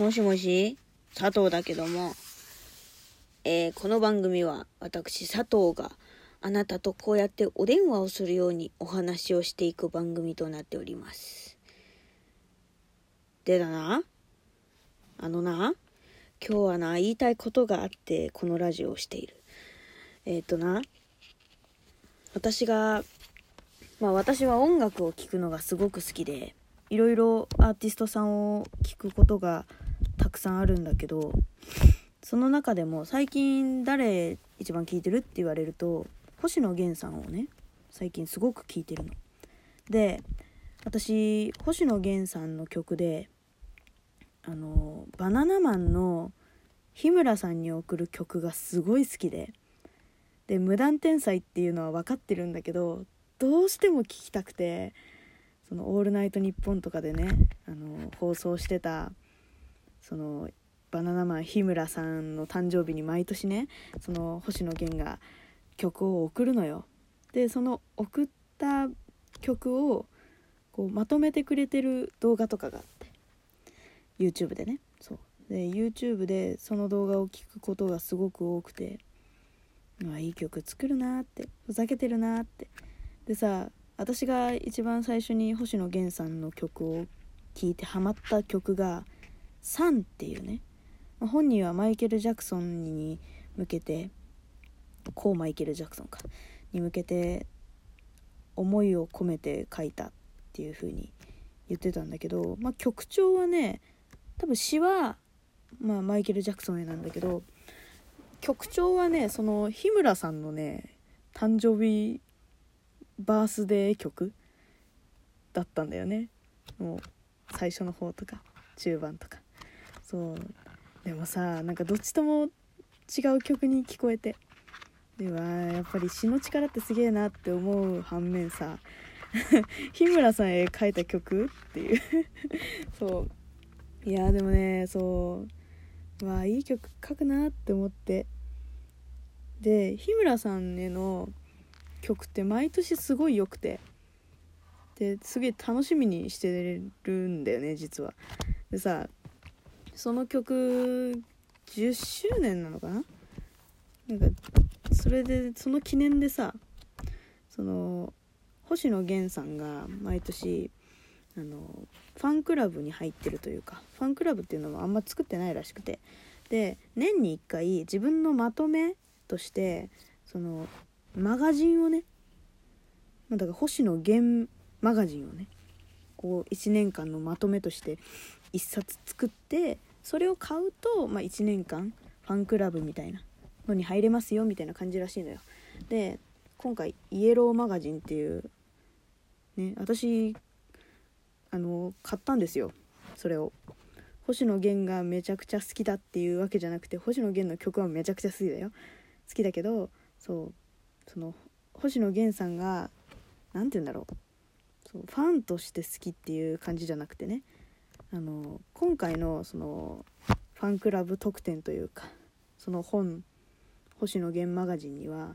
もしもし、佐藤だけども、この番組は私佐藤があなたとこうやってお電話をするようにお話をしていく番組となっております。でだな、今日は言いたいことがあってこのラジオをしている。私は音楽を聴くのがすごく好きで、いろいろアーティストさんを聴くことがたくさんあるんだけど、その中でも最近誰一番聴いてるって言われると星野源さんをね、最近すごく聴いてるので、私星野源さんの曲でバナナマンの日村さんに送る曲がすごい好きで、無断転載っていうのは分かってるんだけど、どうしても聞きたくて、そのオールナイトニッポンとかでね、放送してたそのバナナマン日村さんの誕生日に毎年ね、その星野源が曲を送るのよ。でその送った曲をこうまとめてくれてる動画とかがあって、 YouTube でね、そうで YouTube でその動画を聞くことがすごく多くて、いい曲作るなって、ふざけてるなって。でさ、私が一番最初に星野源さんの曲を聴いてハマった曲がサンっていうね、本人はマイケル・ジャクソンに向けて、マイケル・ジャクソンかに向けて思いを込めて書いたっていう風に言ってたんだけど、曲調はね、多分詩はマイケル・ジャクソンへなんだけど、曲調はね、その日村さんのね、誕生日バースデー曲だったんだよね。もう最初の方とか中盤とか。そうでもさ、どっちとも違う曲に聞こえて、ではやっぱり詩の力ってすげえなって思う反面さ日村さんへ書いた曲っていうそういやでもね、いい曲書くなって思って、で日村さんへの曲って毎年すごい良くて、ですげえ楽しみにしてるんだよね、実は。でさ、その曲10周年なのかな、それでその記念でさ、その星野源さんが毎年ファンクラブに入ってるというか、ファンクラブっていうのはあんま作ってないらしくて、で年に1回自分のまとめとしてそのマガジンをね、だから星野源マガジンをね、こう1年間のまとめとして1冊作って、それを買うと、1年間ファンクラブみたいなのに入れますよみたいな感じらしいのよ。で今回イエローマガジンっていうね、私買ったんですよ。それを星野源がめちゃくちゃ好きだっていうわけじゃなくて、星野源の曲はめちゃくちゃ好きだけど、その星野源さんがなんて言うんだろう、ファンとして好きっていう感じじゃなくてね、今回のそのファンクラブ特典というか、その本星野源マガジンには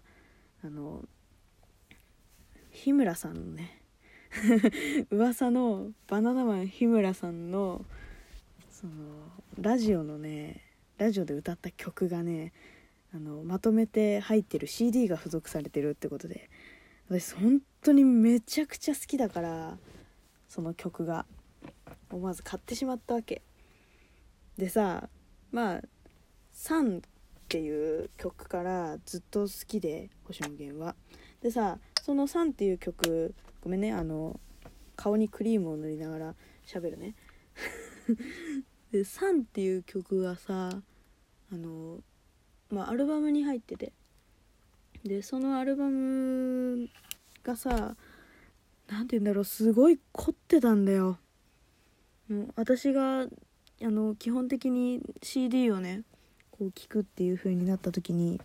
日村さんのね噂のバナナマン日村さんのそのラジオで歌った曲がね、まとめて入ってる CD が付属されてるってことで、私本当にめちゃくちゃ好きだから、その曲が思わず買ってしまったわけでさ、サンっていう曲からずっと好きで、星野源は。でさ、そのサンっていう曲、ごめんね、顔にクリームを塗りながら喋るねでサンっていう曲がさ、アルバムに入ってて、でそのアルバムがさ、なんて言うんだろう、すごい凝ってたんだよ。もう私が基本的に CD をねこう聴くっていう風になった時に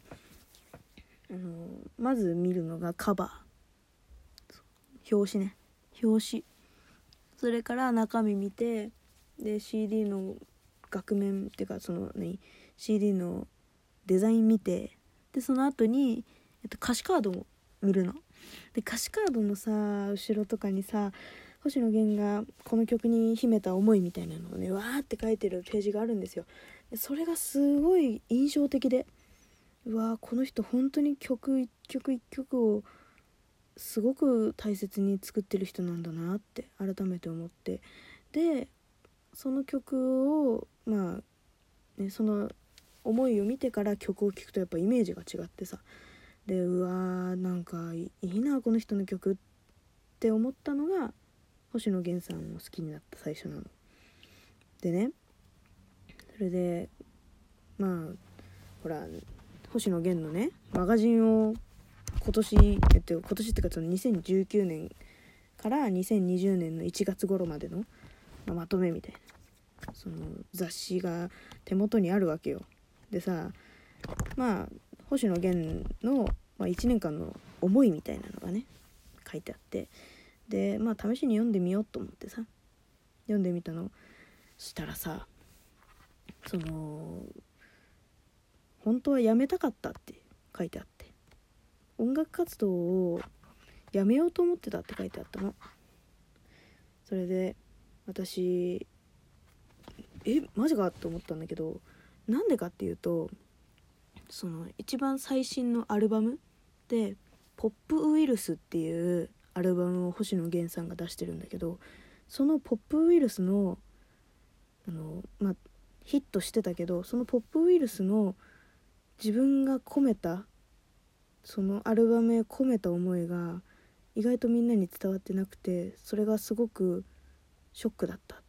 まず見るのがカバー、表紙、それから中身見て、で CD の額面っていうか、CD のデザイン見て、でその後に、歌詞カードを見るの。で歌詞カードのさ後ろとかにさ、 星野源がこの曲に秘めた思いみたいなのをねわーって書いてるページがあるんですよ。でそれがすごい印象的で、うわーこの人本当に曲一曲一曲をすごく大切に作ってる人なんだなって改めて思って、でその曲をその思いを見てから曲を聴くとやっぱイメージが違ってさ、でうわーなんかいいなこの人の曲って思ったのが星野源さんを好きになった最初なのでね。それでほら星野源のねマガジンを今年っていうかその2019年から2020年の1月頃までの、まとめみたいなその雑誌が手元にあるわけよ。でさ星野源の、1年間の思いみたいなのがね書いてあって、で試しに読んでみようと思ってさ読んでみたの。そしたらさその本当はやめたかったって書いてあって、音楽活動をやめようと思ってたって書いてあったの。それで私マジかと思ったんだけど、なんでかっていうとその一番最新のアルバムでポップウイルスっていうアルバムを星野源さんが出してるんだけど、そのポップウイルスのヒットしてたけど、そのポップウイルスの自分が込めたそのアルバムへ込めた思いが意外とみんなに伝わってなくて、それがすごくショックだったって。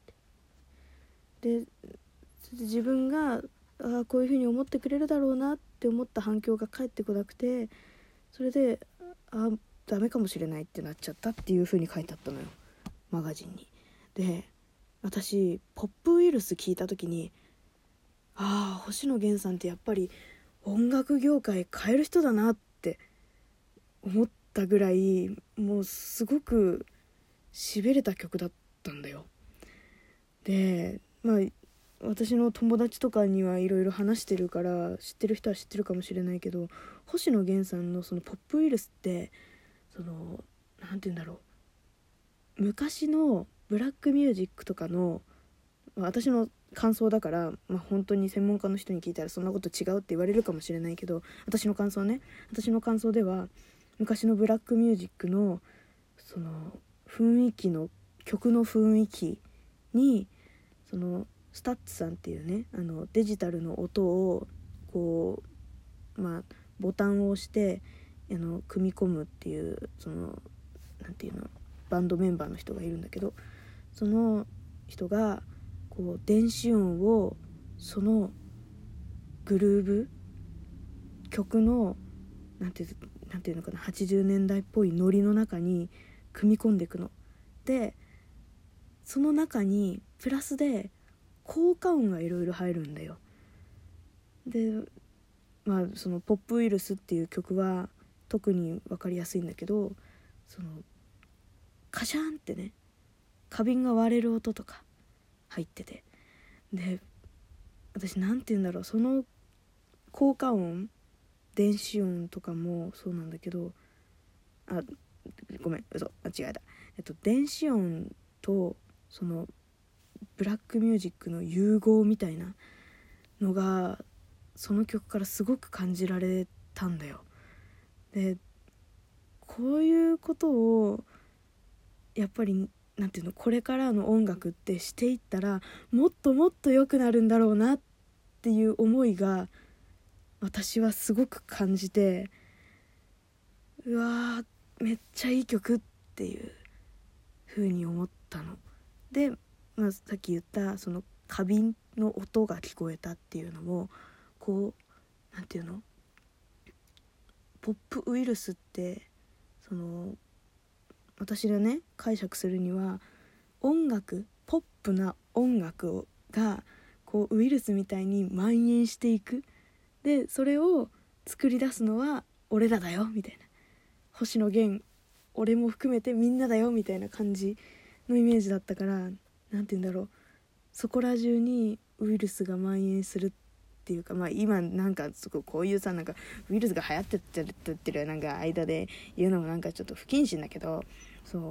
で自分がこういう風に思ってくれるだろうなって思った反響が返ってこなくて、それでダメかもしれないってなっちゃったっていう風に書いてあったのよマガジンに。で私ポップウイルス聞いた時に星野源さんってやっぱり音楽業界変える人だなって思ったぐらい、もうすごくしびれた曲だったんだよ。で私の友達とかにはいろいろ話してるから知ってる人は知ってるかもしれないけど、星野源さんのそのポップウイルスってなんて言うんだろう、昔のブラックミュージックとかの、私の感想だから、本当に専門家の人に聞いたらそんなこと違うって言われるかもしれないけど、私の感想では昔のブラックミュージックのその雰囲気の曲の雰囲気にそのスタッツさんっていうねデジタルの音をこうボタンを押して組み込むっていうそのなんていうのバンドメンバーの人がいるんだけど、その人がこう電子音をそのグルーブ曲のなんていうのかな80年代っぽいノリの中に組み込んでいくので、その中にプラスで効果音がいろいろ入るんだよ。でそのポップウイルスっていう曲は特に分かりやすいんだけど、そのカシャンってね花瓶が割れる音とか入ってて、で私なんて言うんだろう、その効果音電子音とかもそうなんだけどごめん間違えた電子音とそのブラックミュージックの融合みたいなのがその曲からすごく感じられたんだよ。でこういうことをやっぱりなんていうのこれからの音楽ってしていったらもっともっと良くなるんだろうなっていう思いが私はすごく感じて、うわーめっちゃいい曲っていう風に思ったので、さっき言ったその花瓶の音が聞こえたっていうのもこうなんていうのポップウイルスってその私がね解釈するには音楽ポップな音楽がこうウイルスみたいに蔓延していく、でそれを作り出すのは俺らだよみたいな、星野源俺も含めてみんなだよみたいな感じのイメージだったから、なんて言うんだろう、そこら中にウイルスが蔓延するっていうか、今なんかすごいこういうさなんかウイルスが流行ってってるなんか間で言うのもなんかちょっと不謹慎だけど、そう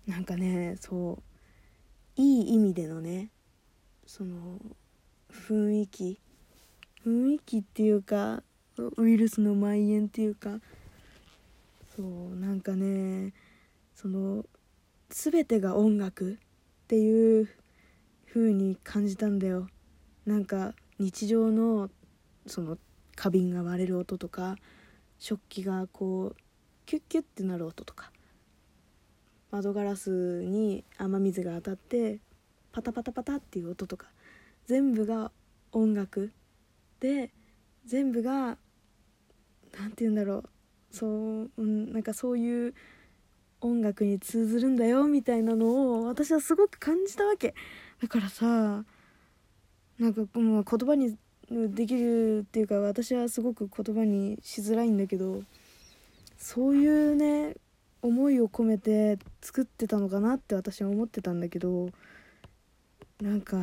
なんかね、そういい意味でのね、その雰囲気っていうか、ウイルスの蔓延っていうか、そうなんかね、その全てが音楽っていう風に感じたんだよ。なんか日常のその花瓶が割れる音とか、食器がこうキュッキュッってなる音とか、窓ガラスに雨水が当たってパタパタパタっていう音とか、全部が音楽で、全部がなんて言うんだろう、なんかそういう音楽に通ずるんだよみたいなのを私はすごく感じたわけだからさ、なんかもう言葉にできるっていうか、私はすごく言葉にしづらいんだけど、そういうね思いを込めて作ってたのかなって私は思ってたんだけど、なんか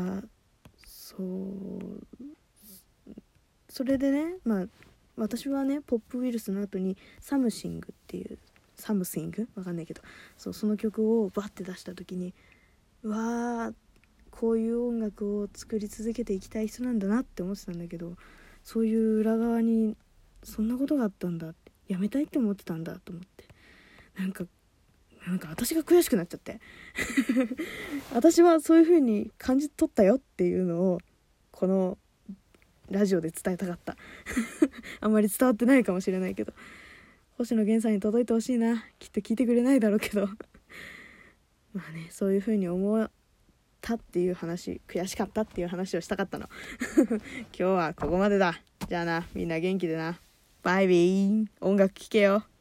それでね、私はねポップウイルスの後にサムシングっていうわかんないけど、その曲をバッて出した時に、うわー、こういう音楽を作り続けていきたい人なんだなって思ってたんだけど、そういう裏側にそんなことがあったんだって、やめたいって思ってたんだと思って、なんか私が悔しくなっちゃって私はそういう風に感じ取ったよっていうのをこのラジオで伝えたかったあんまり伝わってないかもしれないけど、星野源さんに届いてほしいな。きっと聞いてくれないだろうけどまあね、そういう風に思ったっていう話、悔しかったっていう話をしたかったの今日はここまでだ。じゃあな、みんな元気でな。バイビー。音楽聴けよ。